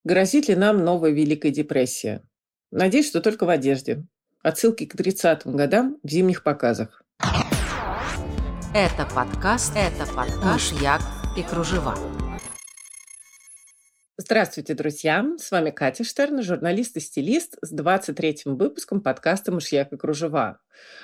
Грозит ли нам новая Великая депрессия? Надеюсь, что только в одежде. Отсылки к 30-м годам в зимних показах. Это подкаст «Мышьяк и кружева». Здравствуйте, друзья! С вами Катя Штерн, журналист и стилист с 23-м выпуском подкаста «Мышьяк и кружева».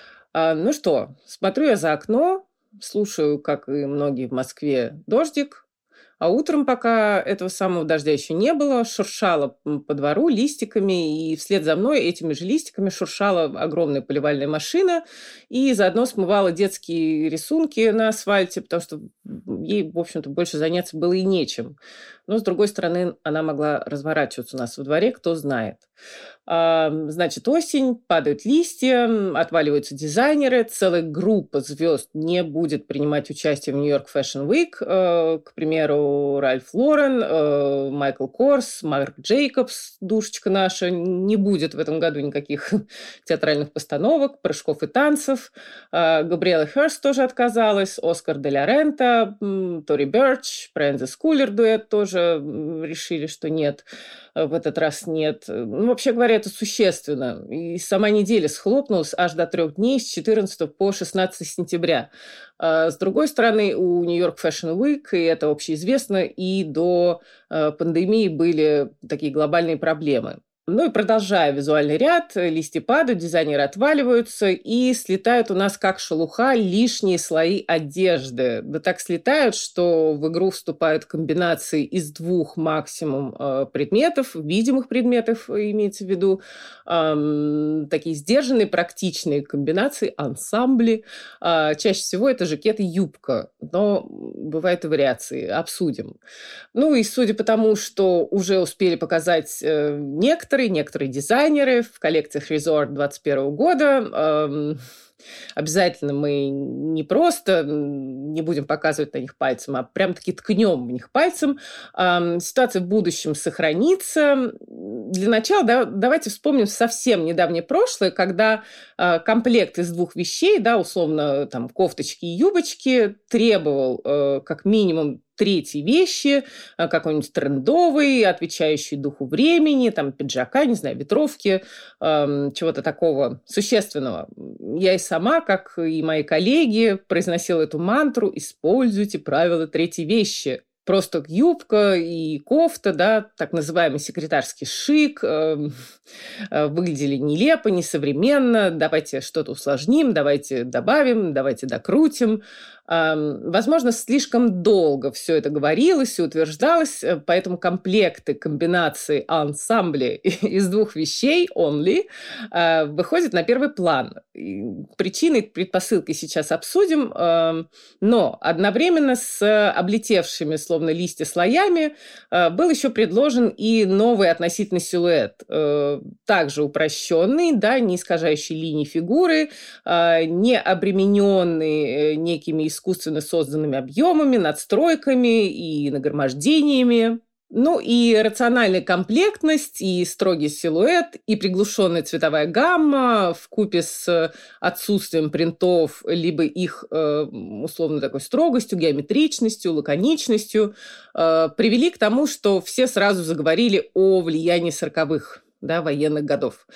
Ну что, смотрю я за окно, слушаю, как и многие в Москве, дождик. А утром, пока этого самого дождя еще не было, шуршала по двору листиками, и вслед за мной этими же листиками шуршала огромная поливальная машина, и заодно смывала детские рисунки на асфальте, потому что ей, в общем-то, больше заняться было и нечем. Но, с другой стороны, она могла разворачиваться у нас во дворе, кто знает. Значит, осень, падают листья, отваливаются дизайнеры, целая группа звезд не будет принимать участие в Нью-Йорк Fashion Week. К примеру, Ральф Лорен, Майкл Корс, Марк Джейкобс, душечка наша, не будет в этом году никаких театральных постановок, прыжков и танцев. Габриэла Херст тоже отказалась, Оскар де ля Рента, Тори Бёрч, Фрэнсис Кулер дуэт тоже решили, что нет. В этот раз нет. Ну, вообще говоря, это существенно. И сама неделя схлопнулась аж до 3 дней, с 14 по 16 сентября. С другой стороны, у Нью-Йорк Fashion Week, и это общеизвестно, и до пандемии были такие глобальные проблемы. Ну и продолжая визуальный ряд, листья падают, дизайнеры отваливаются, и слетают у нас как шелуха лишние слои одежды. Да так слетают, что в игру вступают комбинации из 2 максимум предметов, видимых предметов имеется в виду, такие сдержанные, практичные комбинации, ансамбли. Чаще всего это жакет и юбка, но бывают и вариации, обсудим. Ну и судя по тому, что уже успели показать некоторые дизайнеры в коллекциях Resort 2021 года, обязательно мы не просто не будем показывать на них пальцем, а прям-таки ткнем в них пальцем. Ситуация в будущем сохранится. Для начала давайте вспомним совсем недавнее прошлое, когда комплект из 2 вещей, да, условно, там, кофточки и юбочки, требовал как минимум 3-й вещи, какой-нибудь трендовый, отвечающий духу времени, там, пиджака, не знаю, ветровки, чего-то такого существенного. Я и сама, как и мои коллеги, произносила эту мантру: используйте правила 3-й вещи. Просто юбка и кофта, да, так называемый секретарский шик, выглядели нелепо, несовременно. Давайте что-то усложним, давайте добавим, давайте докрутим. Возможно, слишком долго все это говорилось и утверждалось, поэтому комплекты, комбинации, ансамбли из 2 вещей only выходят на первый план. Причины, предпосылки сейчас обсудим, но одновременно с облетевшими, словно листья, слоями был еще предложен и новый относительно силуэт, также упрощенный, да, не искажающий линии фигуры, не обремененный некими искусственно созданными объемами, надстройками и нагромождениями. Ну и рациональная комплектность, и строгий силуэт, и приглушенная цветовая гамма вкупе с отсутствием принтов, либо их условно такой строгостью, геометричностью, лаконичностью, привели к тому, что все сразу заговорили о влиянии 40-х, да, военных годов.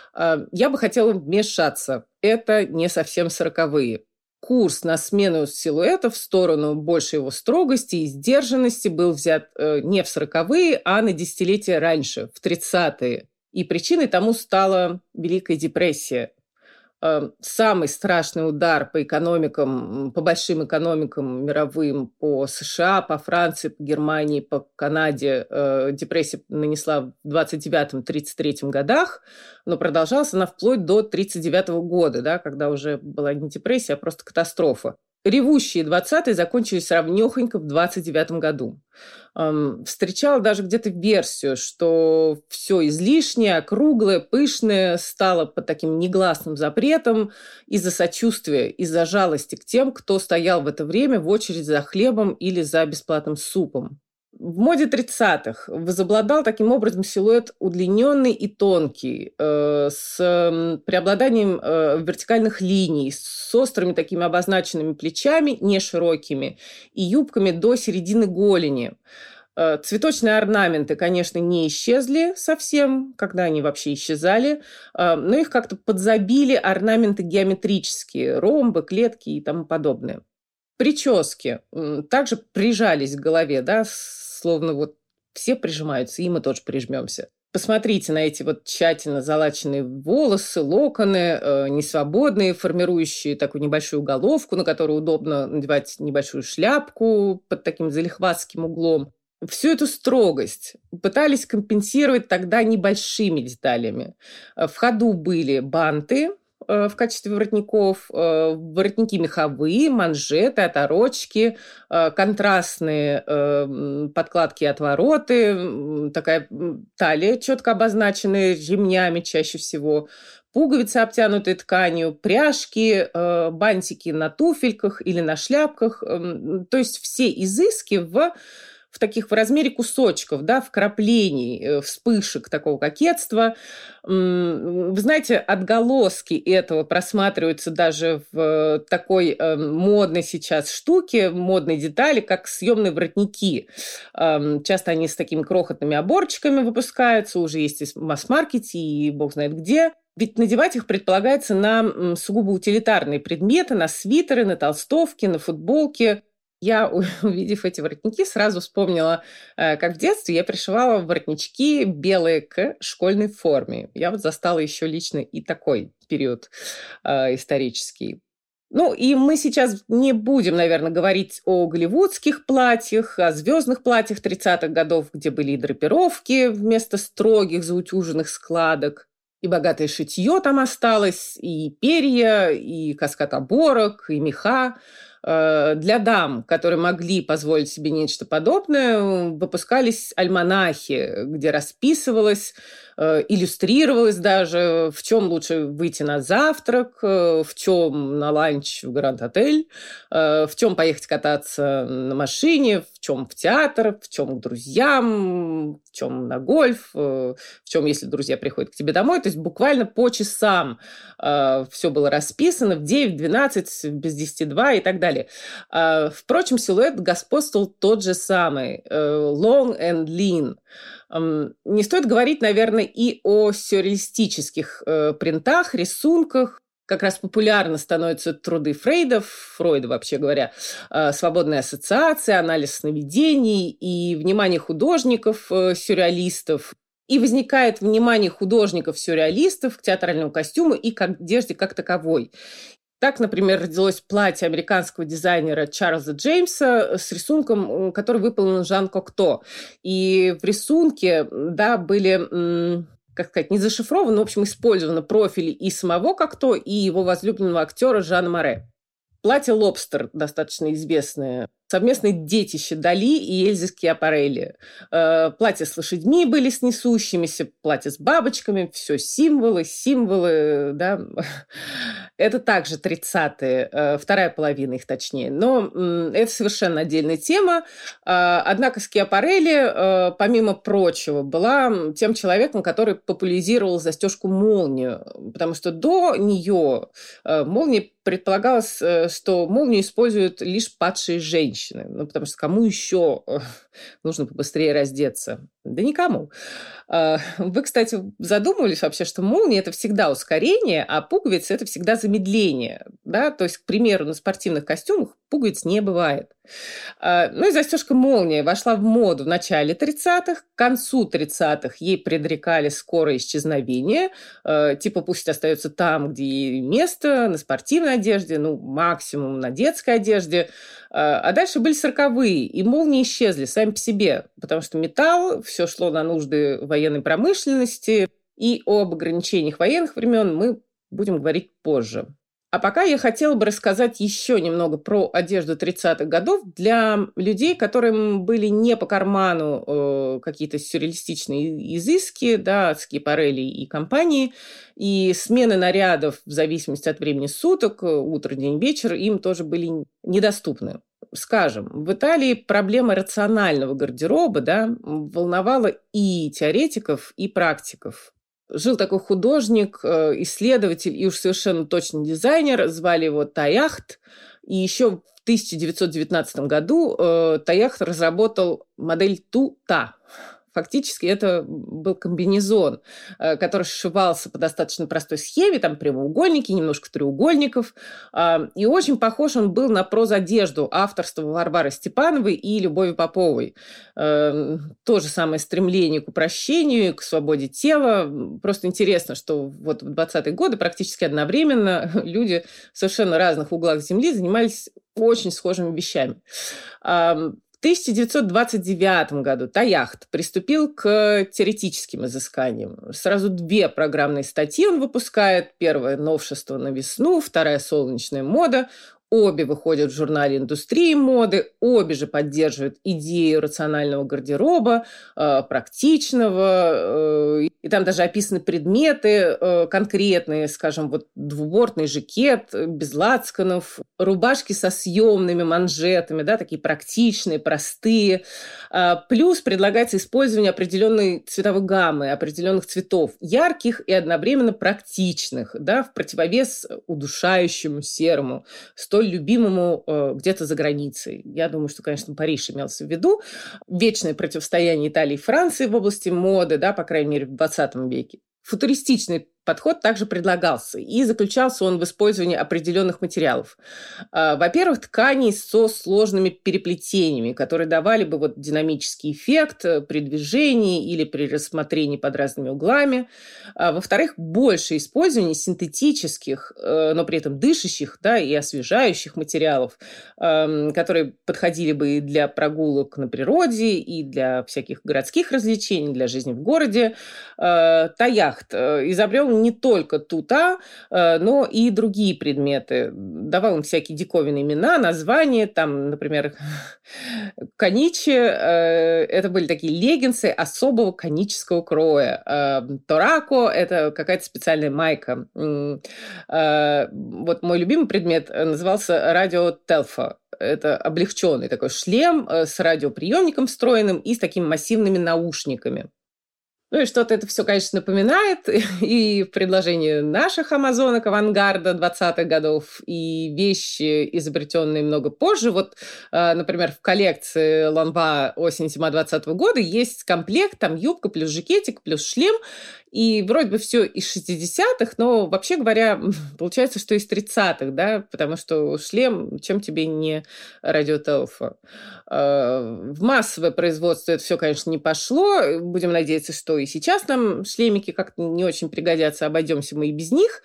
Я бы хотела вмешаться. Это не совсем 40-е. Курс на смену силуэта в сторону большей его строгости и сдержанности был взят не в 40-е, а на десятилетия раньше, в 30-е. И причиной тому стала Великая депрессия. Самый страшный удар по экономикам, по большим экономикам мировым, по США, по Франции, по Германии, по Канаде депрессия нанесла в 29-33 годах, но продолжалась она вплоть до 1939 года, да, когда уже была не депрессия, а просто катастрофа. Ревущие 20-е закончились равнёхонько в 29 году. Встречала даже где-то версию, что все излишнее, округлое, пышное стало под таким негласным запретом из-за сочувствия, из-за жалости к тем, кто стоял в это время в очередь за хлебом или за бесплатным супом. В моде 30-х возобладал таким образом силуэт удлиненный и тонкий, с преобладанием вертикальных линий, с острыми такими обозначенными плечами, не широкими, и юбками до середины голени. Цветочные орнаменты, конечно, не исчезли совсем, когда они вообще исчезали, но их как-то подзабили орнаменты геометрические, ромбы, клетки и тому подобное. Прически также прижались к голове, да, словно вот все прижимаются, и мы тоже прижмемся. Посмотрите на эти вот тщательно залаченные волосы, локоны, несвободные, формирующие такую небольшую головку, на которую удобно надевать небольшую шляпку под таким залихватским углом. Всю эту строгость пытались компенсировать тогда небольшими деталями. В ходу были банты в качестве воротников, воротники меховые, манжеты, оторочки, контрастные подкладки и отвороты, такая талия, четко обозначенная ремнями чаще всего, пуговицы, обтянутые тканью, пряжки, бантики на туфельках или на шляпках. То есть все изыски в таких в размере кусочков, да, вкраплений, вспышек такого кокетства. Вы знаете, отголоски этого просматриваются даже в такой модной сейчас штуке, модной детали, как съемные воротники. Часто они с такими крохотными оборчиками выпускаются, уже есть и в масс-маркете, и бог знает где. Ведь надевать их предполагается на сугубо утилитарные предметы, на свитеры, на толстовки, на футболки. Я, увидев эти воротники, сразу вспомнила, как в детстве я пришивала воротнички белые к школьной форме. Я вот застала еще лично и такой период исторический. Ну, и мы сейчас не будем, наверное, говорить о голливудских платьях, о звездных платьях 30-х годов, где были и драпировки вместо строгих заутюженных складок, и богатое шитье там осталось, и перья, и каскад оборок, и меха. Для дам, которые могли позволить себе нечто подобное, выпускались альманахи, где расписывалось, иллюстрировалось даже, в чем лучше выйти на завтрак, в чем на ланч в Гранд-отель, в чем поехать кататься на машине, в чем в театр, в чем к друзьям, в чем на гольф, в чем, если друзья приходят к тебе домой. То есть буквально по часам все было расписано в 9, 12, без 10, 2 и так далее. Впрочем, силуэт господствовал тот же самый, long and lean. Не стоит говорить, наверное, и о сюрреалистических принтах, рисунках. Как раз популярно становятся труды Фрейда, вообще говоря, свободная ассоциация, анализ сновидений и внимание художников, сюрреалистов. И возникает внимание художников-сюрреалистов к театральному костюму и к одежде как таковой. Так, например, родилось платье американского дизайнера Чарльза Джеймса с рисунком, который выполнен Жан Кокто. И в рисунке, да, были, как сказать, не зашифрованы, в общем, использованы профили и самого Кокто, и его возлюбленного актера Жана Море. Платье «Лобстер» достаточно известное. Совместное детище Дали и Эльзы Скиапарелли. Платья с лошадьми были с несущимися, платья с бабочками, все символы, да. Это также 30-е, вторая половина их точнее. Но это совершенно отдельная тема. Однако Скиапарелли, помимо прочего, была тем человеком, который популяризировал застежку-молнию, потому что до нее молния предполагалось, что молнию используют лишь падшие женщины. Ну, потому что кому еще нужно побыстрее раздеться? Да никому. Вы, кстати, задумывались вообще, что молния – это всегда ускорение, а пуговицы – это всегда замедление. Да? То есть, к примеру, на спортивных костюмах пуговиц не бывает. Ну и застежка молния вошла в моду в начале 30-х. К концу 30-х ей предрекали скорое исчезновение. Типа пусть остается там, где ей место, на спортивной одежде, ну, максимум на детской одежде. А дальше были 40-е, и молнии исчезли сами по себе, потому что металл, все шло на нужды военной промышленности, и об ограничениях военных времен мы будем говорить позже. А пока я хотела бы рассказать еще немного про одежду 30-х годов для людей, которым были не по карману какие-то сюрреалистичные изыски, да, от Скиапарелли и компании, и смены нарядов в зависимости от времени суток, утро, день, вечер, им тоже были недоступны. Скажем, в Италии проблема рационального гардероба, да, волновала и теоретиков, и практиков. Жил такой художник, исследователь и уж совершенно точно дизайнер, звали его Таяхт, И еще в 1919 году Таяхт разработал модель Ту-Та. Фактически это был комбинезон, который сшивался по достаточно простой схеме, там прямоугольники, немножко треугольников. И очень похож он был на прозодежду авторства Варвары Степановой и Любови Поповой. То же самое стремление к упрощению, к свободе тела. Просто интересно, что вот в 20-е годы практически одновременно люди в совершенно разных углах Земли занимались очень схожими вещами. В 1929 году Таяхт приступил к теоретическим изысканиям. Сразу 2 программные статьи он выпускает. Первая «Новшество на весну», вторая «Солнечная мода». Обе выходят в журнале «Индустрии моды», обе же поддерживают идею рационального гардероба, практичного. И там даже описаны предметы конкретные, скажем, вот двубортный жакет, без лацканов, рубашки со съемными манжетами, да, такие практичные, простые. Плюс предлагается использование определенной цветовой гаммы, определенных цветов, ярких и одновременно практичных, да, в противовес удушающему серому, столь любимому где-то за границей. Я думаю, что, конечно, Париж имелся в виду. Вечное противостояние Италии и Франции в области моды, да, по крайней мере, в 20 веке. Футуристичный подход также предлагался, и заключался он в использовании определенных материалов. Во-первых, тканей со сложными переплетениями, которые давали бы вот динамический эффект при движении или при рассмотрении под разными углами. Во-вторых, больше использования синтетических, но при этом дышащих, да, и освежающих материалов, которые подходили бы и для прогулок на природе, и для всяких городских развлечений, для жизни в городе. Таяхт изобрел не только Ту-Та, но и другие предметы. Давал им всякие диковинные имена, названия. Там, например, каничи. Это были такие леггинсы особого конического кроя. Торако – это какая-то специальная майка. Вот мой любимый предмет назывался радиотелфа. Это облегченный такой шлем с радиоприемником встроенным и с такими массивными наушниками. Ну и что-то это все, конечно, напоминает и в предложении наших амазонок авангарда 20-х годов, и вещи, изобретенные много позже. Вот, например, в коллекции Lanvin осень-зима 20-го года есть комплект, там юбка плюс жакетик плюс шлем, и вроде бы все из 60-х, но, вообще говоря, получается, что из 30-х, да, потому что шлем, чем тебе не радиотелфа. В массовое производство это все, конечно, не пошло. Будем надеяться, что и сейчас нам шлемики как-то не очень пригодятся, обойдемся мы и без них.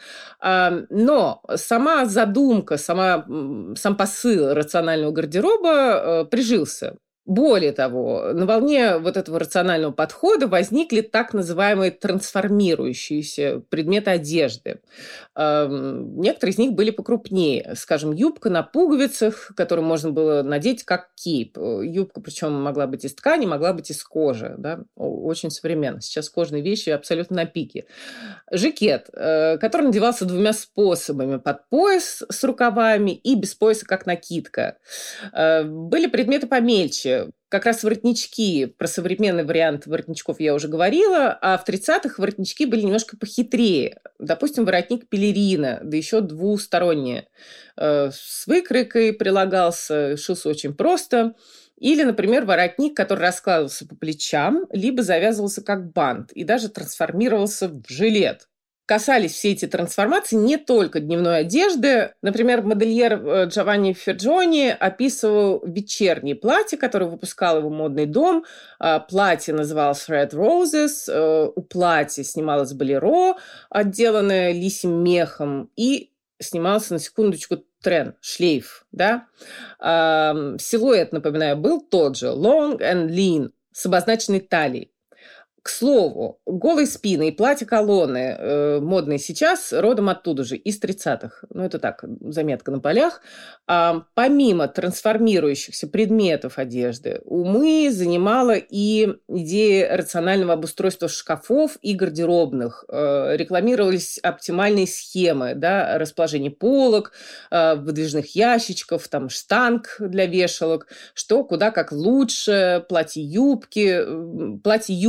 Но сама задумка, сам посыл рационального гардероба прижился. Более того, на волне вот этого рационального подхода возникли так называемые трансформирующиеся предметы одежды. Некоторые из них были покрупнее. Скажем, юбка на пуговицах, которую можно было надеть как кейп. Юбка, причем, могла быть из ткани, могла быть из кожи. Да? Очень современно. Сейчас кожаные вещи абсолютно на пике. Жакет, который надевался 2 способами. Под пояс с рукавами и без пояса, как накидка. Были предметы помельче. Как раз воротнички, про современный вариант воротничков я уже говорила, а в 30-х воротнички были немножко похитрее. Допустим, воротник пелерина, да еще двусторонние. С выкройкой прилагался, шился очень просто. Или, например, воротник, который раскладывался по плечам, либо завязывался как бант и даже трансформировался в жилет. Касались все эти трансформации не только дневной одежды. Например, модельер Джованни Ферджони описывал вечерние платья, которые выпускал его модный дом. Платье называлось Red Roses. У платья снималось болеро, отделанное лисьим мехом. И снимался, на секундочку, трен, шлейф. Да? Силуэт, напоминаю, был тот же. Long and lean, с обозначенной талией. К слову, голые спины и платья-колонны, модные сейчас, родом оттуда же, из 30-х. Ну, это так, заметка на полях. Помимо трансформирующихся предметов одежды, умы занимала и идея рационального обустройства шкафов и гардеробных. Рекламировались оптимальные схемы, да, расположение полок, выдвижных ящичков, там, штанг для вешалок, что куда как лучше, платья-юбки, напомню,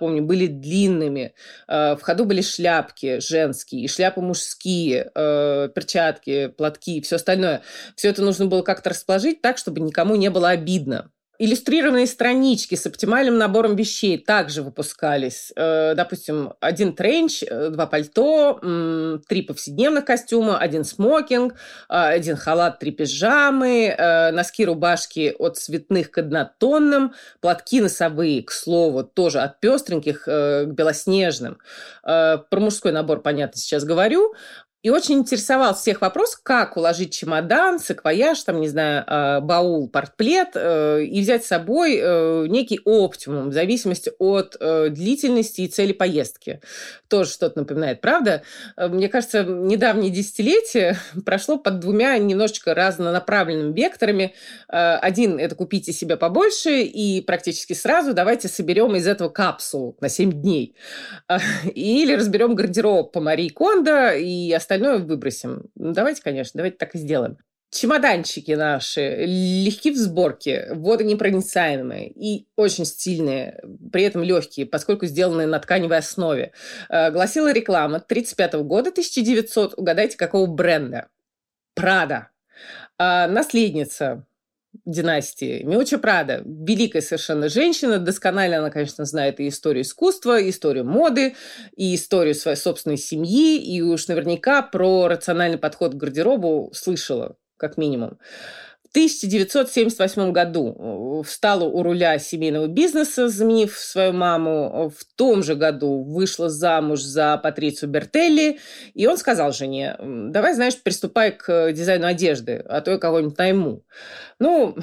напомню, были длинными. В ходу были шляпки женские, и шляпы мужские, перчатки, платки и все остальное. Все это нужно было как-то расположить так, чтобы никому не было обидно. Иллюстрированные странички с оптимальным набором вещей также выпускались. Допустим, 1 тренч, 2 пальто, 3 повседневных костюма, 1 смокинг, 1 халат, 3 пижамы, носки, рубашки от цветных к однотонным, платки носовые, к слову, тоже от пестреньких к белоснежным. Про мужской набор, понятно, сейчас говорю. И очень интересовал всех вопрос, как уложить чемодан, саквояж, там, не знаю, баул, портплет и взять с собой некий оптимум в зависимости от длительности и цели поездки. Тоже что-то напоминает, правда? Мне кажется, недавнее десятилетие прошло под 2 немножечко разнонаправленными векторами. Один – это купите себе побольше и практически сразу давайте соберем из этого капсулу на 7 дней. Или разберем гардероб по Марии Кондо и остальное выбросим. Давайте, конечно, давайте так и сделаем. Чемоданчики наши легки в сборке, водонепроницаемые и очень стильные, при этом легкие, поскольку сделаны на тканевой основе. Гласила реклама 1935 года, 1900, угадайте, какого бренда? Прада. Наследница династии Миуччо Прадо. Великая совершенно женщина. Досконально она, конечно, знает и историю искусства, и историю моды, и историю своей собственной семьи, и уж наверняка про рациональный подход к гардеробу слышала, как минимум. В 1978 году встала у руля семейного бизнеса, заменив свою маму. В том же году вышла замуж за Патрицию Бертелли. И он сказал жене: давай, знаешь, приступай к дизайну одежды, а то я кого-нибудь найму. Ну,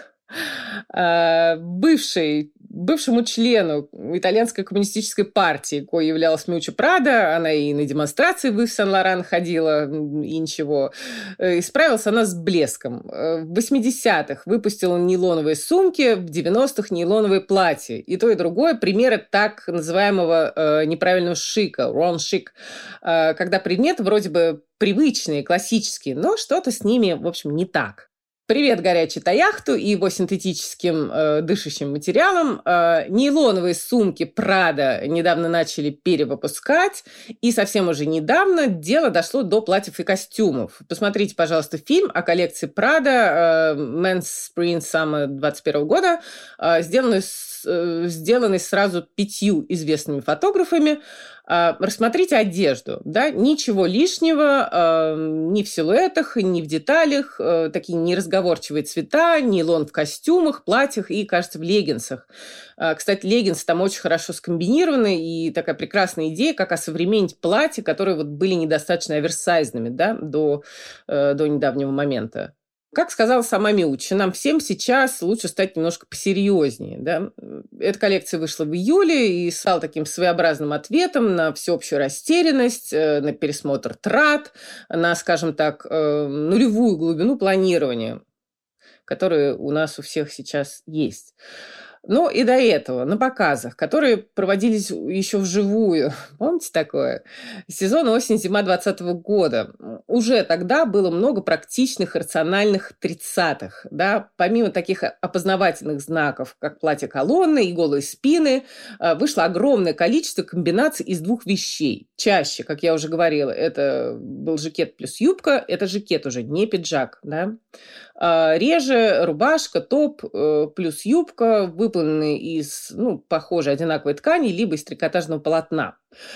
бывшему члену итальянской коммунистической партии, кой являлась Миуччо Прадо, она и на демонстрации в Ив Сен-Лоран ходила, и ничего. И справилась она с блеском. В 80-х выпустила нейлоновые сумки, в 90-х нейлоновые платья. И то, и другое примеры так называемого неправильного шика, wrong chic, когда предметы вроде бы привычные, классические, но что-то с ними, в общем, не так. Привет горячей таяхту и его синтетическим дышащим материалам. Нейлоновые сумки Prada недавно начали перевыпускать. И совсем уже недавно дело дошло до платьев и костюмов. Посмотрите, пожалуйста, фильм о коллекции Prada Men's Spring Summer 2021 года, сделанный сразу 5 известными фотографами. Рассмотрите одежду, да, ничего лишнего, ни в силуэтах, ни в деталях, такие неразговорчивые цвета, нейлон в костюмах, платьях и, кажется, в леггинсах. Кстати, леггинсы там очень хорошо скомбинированы, и такая прекрасная идея, как осовременить платья, которые вот были недостаточно оверсайзными, да, до недавнего момента. Как сказала сама Миуччо, нам всем сейчас лучше стать немножко посерьезнее. Да? Эта коллекция вышла в июле и стала таким своеобразным ответом на всеобщую растерянность, на пересмотр трат, на, скажем так, нулевую глубину планирования, которая у нас у всех сейчас есть. Ну и до этого на показах, которые проводились еще вживую, помните такое? Сезон осень-зима 2020 года. Уже тогда было много практичных, рациональных 30-х. Да? Помимо таких опознавательных знаков, как платье-колонны и голые спины, вышло огромное количество комбинаций из 2 вещей. Чаще, как я уже говорила, это был жакет плюс юбка, это жакет уже, не пиджак. Да? Реже рубашка, топ плюс юбка, выполненные из, похожей одинаковой ткани, либо из трикотажного полотна.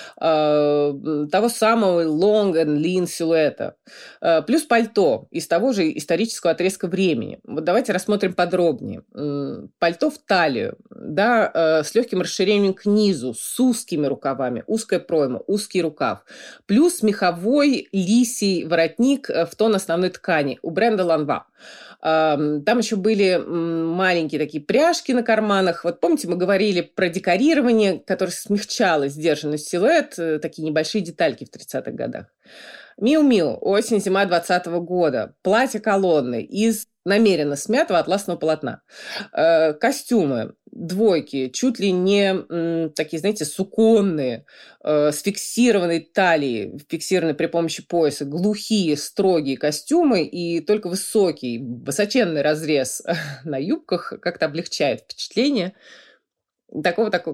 Того самого long and lean силуэта. Плюс пальто из того же исторического отрезка времени. Вот давайте рассмотрим подробнее. Пальто в талию, да, с легким расширением к низу, с узкими рукавами, узкая пройма, узкий рукав. Плюс меховой лисий воротник в тон основной ткани у бренда Lanvin. Там еще были маленькие такие пряжки на карманах. Вот помните, мы говорили про декорирование, которое смягчало сдержанность силуэт, такие небольшие детальки в 30-х годах. Миу-Миу, осень-зима 2020 года. Платье-колонны из намеренно смятого атласного полотна. Костюмы, двойки, чуть ли не такие, знаете, суконные, с фиксированной талией, фиксированной при помощи пояса, глухие, строгие костюмы и только высокий, высоченный разрез на юбках как-то облегчает впечатление. Такого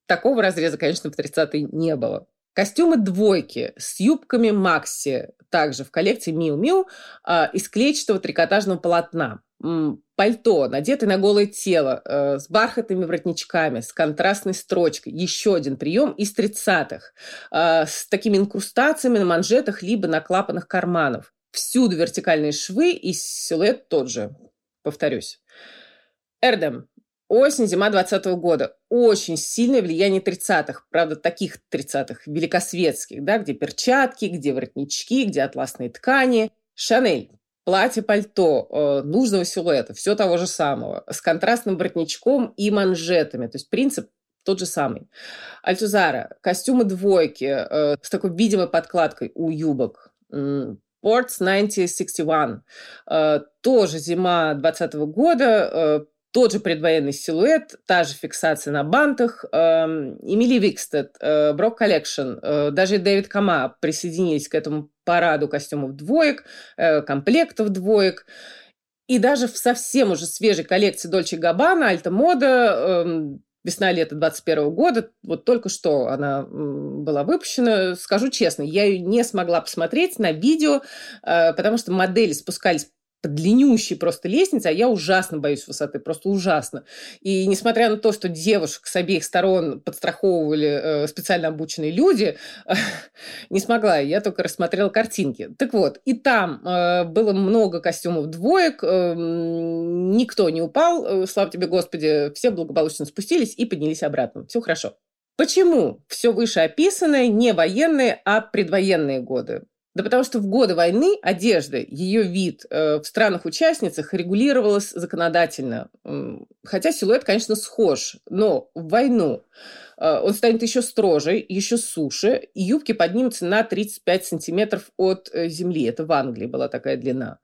Такого разреза, конечно, в 30-е не было. Костюмы двойки с юбками Макси, также в коллекции Miu Miu, из клетчатого трикотажного полотна. Пальто, надетое на голое тело, с бархатными воротничками, с контрастной строчкой. Еще один прием из 30-х. С такими инкрустациями на манжетах либо на клапанах карманов. Всюду вертикальные швы и силуэт тот же. Повторюсь. Эрдем. Осень-зима 20-го года. Очень сильное влияние 30-х. Правда, таких 30-х, великосветских, да, где перчатки, где воротнички, где атласные ткани. Шанель. Платье-пальто нужного силуэта, все того же самого, с контрастным воротничком и манжетами. То есть принцип тот же самый. Альтузара. Костюмы двойки с такой видимой подкладкой у юбок. Ports 1961. Тоже зима 20-го года. Тот же предвоенный силуэт, та же фиксация на бантах. Эмили Викстед, Брок Коллекшн, даже Дэвид Кама присоединились к этому параду костюмов двоек, комплектов двоек. И даже в совсем уже свежей коллекции Дольче Габбана, Альта Мода, весна-лето 21 года, вот только что она была выпущена. Скажу честно, я ее не смогла посмотреть на видео, потому что модели спускались по длиннющей просто лестнице, а я ужасно боюсь высоты, просто ужасно. И несмотря на то, что девушек с обеих сторон подстраховывали специально обученные люди, не смогла, я только рассмотрела картинки. Так вот, и там было много костюмов двоек, никто не упал, слава тебе, Господи, все благополучно спустились и поднялись обратно. Все хорошо. Почему все вышеописанное не военные, а предвоенные годы? Да потому что в годы войны одежда, ее вид в странах-участницах регулировалась законодательно. Хотя силуэт, конечно, схож, но в войну он станет еще строже, еще суше, и юбки поднимутся на 35 сантиметров от земли. Это в Англии была такая длина.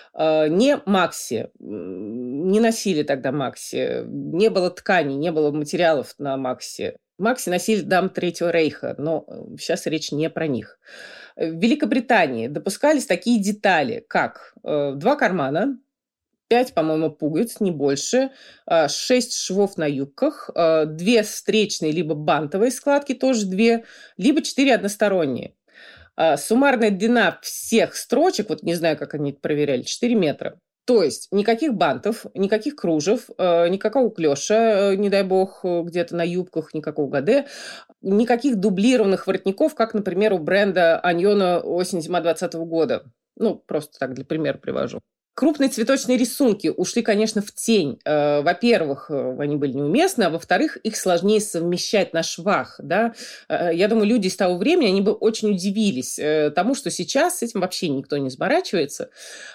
Не макси, не носили тогда макси, не было тканей, не было материалов на макси. Макси носили дам Третьего рейха, но сейчас речь не про них. В Великобритании допускались такие детали, как 2 кармана, 5, по-моему, пуговиц, не больше, 6 швов на юбках, 2 встречные либо бантовые складки, тоже 2, либо 4 односторонние. Суммарная длина всех строчек, вот не знаю, как они это проверяли, 4 метра. То есть никаких бантов, никаких кружев, никакого клёша, не дай бог, где-то на юбках, никакого гаде, никаких дублированных воротников, как, например, у бренда Аньона осень-зима 2020 года. Ну, просто так для примера привожу. Крупные цветочные рисунки ушли, конечно, в тень. Во-первых, они были неуместны, а во-вторых, их сложнее совмещать на швах. Да? Я думаю, люди из того времени, они бы очень удивились тому, что сейчас с этим вообще никто не заморачивается.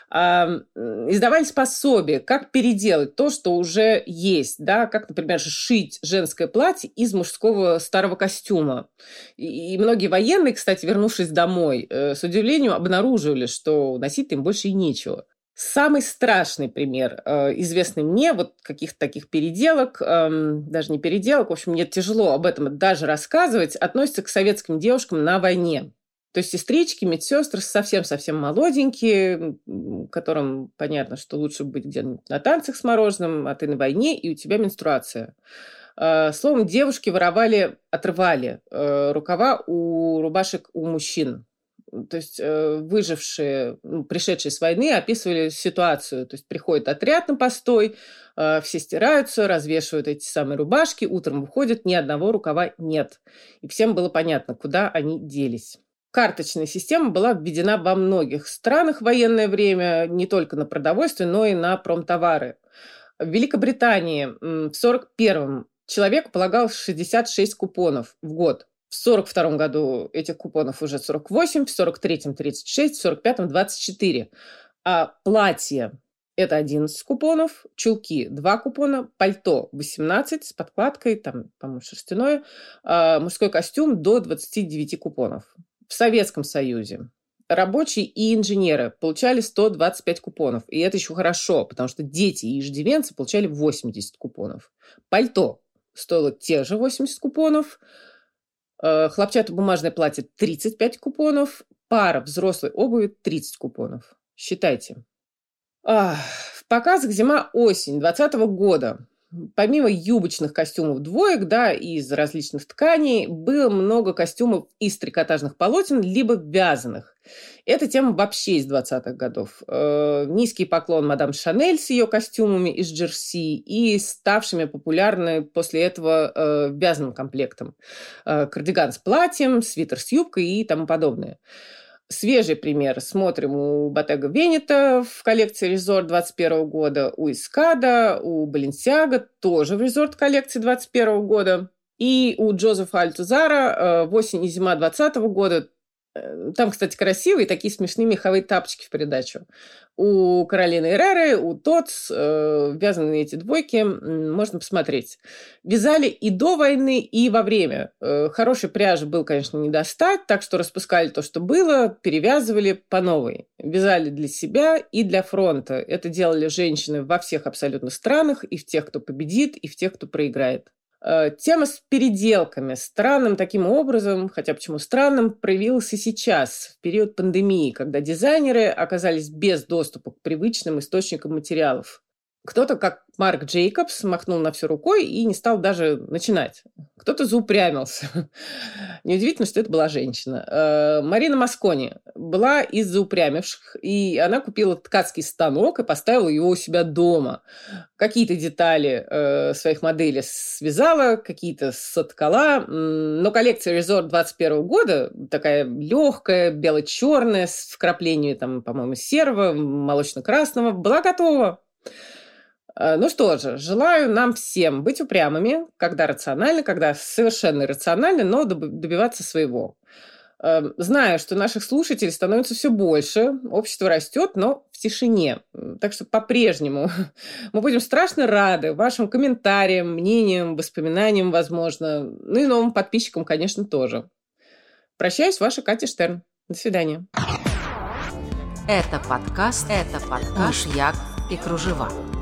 Издавались пособия, как переделать то, что уже есть. Да? Как, например, сшить женское платье из мужского старого костюма. И многие военные, кстати, вернувшись домой, с удивлением обнаруживали, что носить им больше и нечего. Самый страшный пример, известный мне, вот каких-то таких переделок, даже не переделок, в общем, мне тяжело об этом даже рассказывать, относится к советским девушкам на войне. То есть сестрички, медсестры совсем-совсем молоденькие, которым понятно, что лучше быть где-нибудь на танцах с мороженым, а ты на войне, и у тебя менструация. Словом, девушки воровали, отрывали рукава у рубашек у мужчин. То есть выжившие, пришедшие с войны, описывали ситуацию. То есть приходит отряд на постой, все стираются, развешивают эти самые рубашки, утром выходят, ни одного рукава нет. И всем было понятно, куда они делись. Карточная система была введена во многих странах в военное время, не только на продовольствие, но и на промтовары. В Великобритании в 1941-м человеку полагалось 66 купонов в год. В 1942 году этих купонов уже 48, в 1943 – 36, в 1945 – 24. А платье – это 11 купонов, чулки – 2 купона, пальто – 18 с подкладкой, там, по-моему, шерстяное, мужской костюм – до 29 купонов. В Советском Союзе рабочие и инженеры получали 125 купонов. И это еще хорошо, потому что дети и иждивенцы получали 80 купонов. Пальто стоило те же 80 купонов, хлопчатобумажное платье 35 купонов, пара взрослой обуви 30 купонов. Считайте. В показах зима-осень 2020 года Помимо юбочных костюмов двоек, да, из различных тканей, было много костюмов из трикотажных полотен, либо вязаных. Эта тема вообще из 20-х годов. Низкий поклон мадам Шанель с ее костюмами из джерси и ставшими популярны после этого вязаным комплектом. Кардиган с платьем, свитер с юбкой и тому подобное. Свежий пример смотрим у Bottega Veneta в коллекции Resort 2021 года, у Эскада, у Balenciaga тоже в Resort коллекции 2021 года, и у Джозефа Альтузара осень и зима 2020 года. Там, кстати, красивые такие смешные меховые тапочки в придачу. У Каролины Эрреры, у Тотс вязаные эти двойки, можно посмотреть. Вязали и до войны, и во время. Хорошей пряжи был, конечно, не достать, так что распускали то, что было, перевязывали по новой. Вязали для себя и для фронта. Это делали женщины во всех абсолютно странах, и в тех, кто победит, и в тех, кто проиграет. Тема с переделками странным таким образом, хотя почему странным, проявилась и сейчас, в период пандемии, когда дизайнеры оказались без доступа к привычным источникам материалов. Кто-то, как Марк Джейкобс, махнул на все рукой и не стал даже начинать. Кто-то заупрямился. Неудивительно, что это была женщина. Марина Маскони была из заупрямивших, и она купила ткацкий станок и поставила его у себя дома. Какие-то детали своих моделей связала, какие-то соткала. Но коллекция Resort 2021 года, такая легкая, бело-черная, с вкраплениями, там, по-моему, серого, молочно-красного, была готова. Ну что же, желаю нам всем быть упрямыми, когда рационально, когда совершенно иррационально, но добиваться своего. Знаю, что наших слушателей становится все больше, общество растет, но в тишине. Так что по-прежнему мы будем страшно рады вашим комментариям, мнениям, воспоминаниям, возможно, ну и новым подписчикам, конечно, тоже. Прощаюсь, ваша Катя Штерн. До свидания. Это подкаст «Мышьяк и кружева».